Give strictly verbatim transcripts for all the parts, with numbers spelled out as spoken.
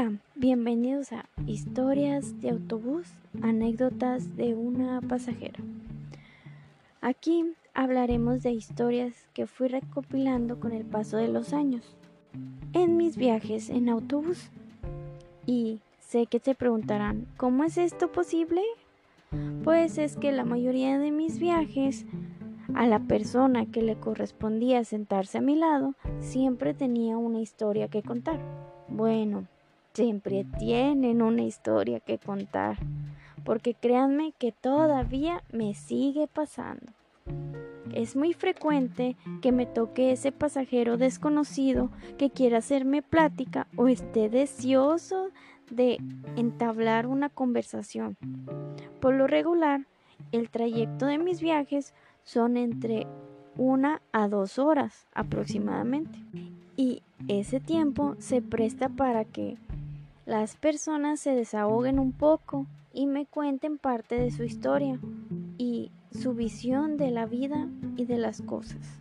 Hola, bienvenidos a Historias de Autobús, anécdotas de una pasajera. Aquí hablaremos de historias que fui recopilando con el paso de los años en mis viajes en autobús. Y sé que te preguntarán, ¿cómo es esto posible? Pues es que la mayoría de mis viajes, a la persona que le correspondía sentarse a mi lado, siempre tenía una historia que contar. Bueno, siempre tienen una historia que contar, porque créanme que todavía me sigue pasando. Es muy frecuente que me toque ese pasajero desconocido que quiera hacerme plática o esté deseoso de entablar una conversación. Por lo regular, el trayecto de mis viajes son entre una a dos horas aproximadamente. Y ese tiempo se presta para que las personas se desahoguen un poco y me cuenten parte de su historia y su visión de la vida y de las cosas.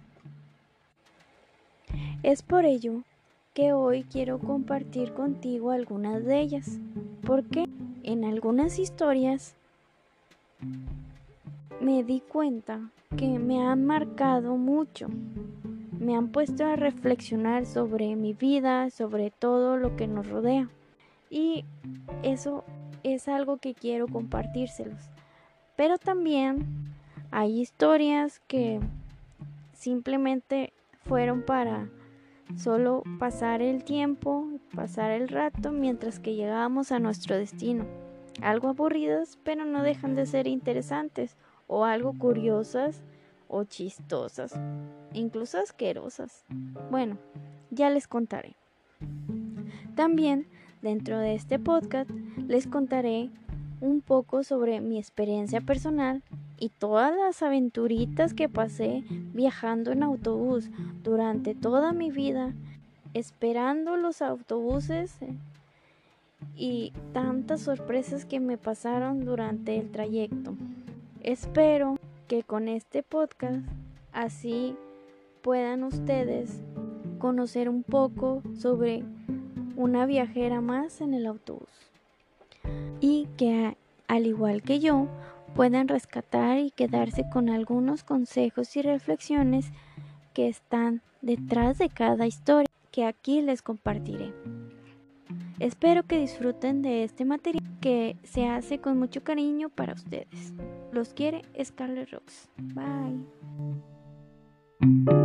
Es por ello que hoy quiero compartir contigo algunas de ellas, porque en algunas historias me di cuenta que me han marcado mucho. Me han puesto a reflexionar sobre mi vida, sobre todo lo que nos rodea. Y eso es algo que quiero compartírselos. Pero también hay historias que simplemente fueron para solo pasar el tiempo, pasar el rato mientras que llegábamos a nuestro destino. Algo aburridas, pero no dejan de ser interesantes, o algo curiosas o chistosas, incluso asquerosas. Bueno, ya les contaré. También dentro de este podcast les contaré un poco sobre mi experiencia personal y todas las aventuritas que pasé viajando en autobús durante toda mi vida, esperando los autobuses y tantas sorpresas que me pasaron durante el trayecto. Espero que con este podcast así puedan ustedes conocer un poco sobre una viajera más en el autobús y que al igual que yo puedan rescatar y quedarse con algunos consejos y reflexiones que están detrás de cada historia que aquí les compartiré. Espero que disfruten de este material que se hace con mucho cariño para ustedes. Los quiere Scarlett Rocks. Bye.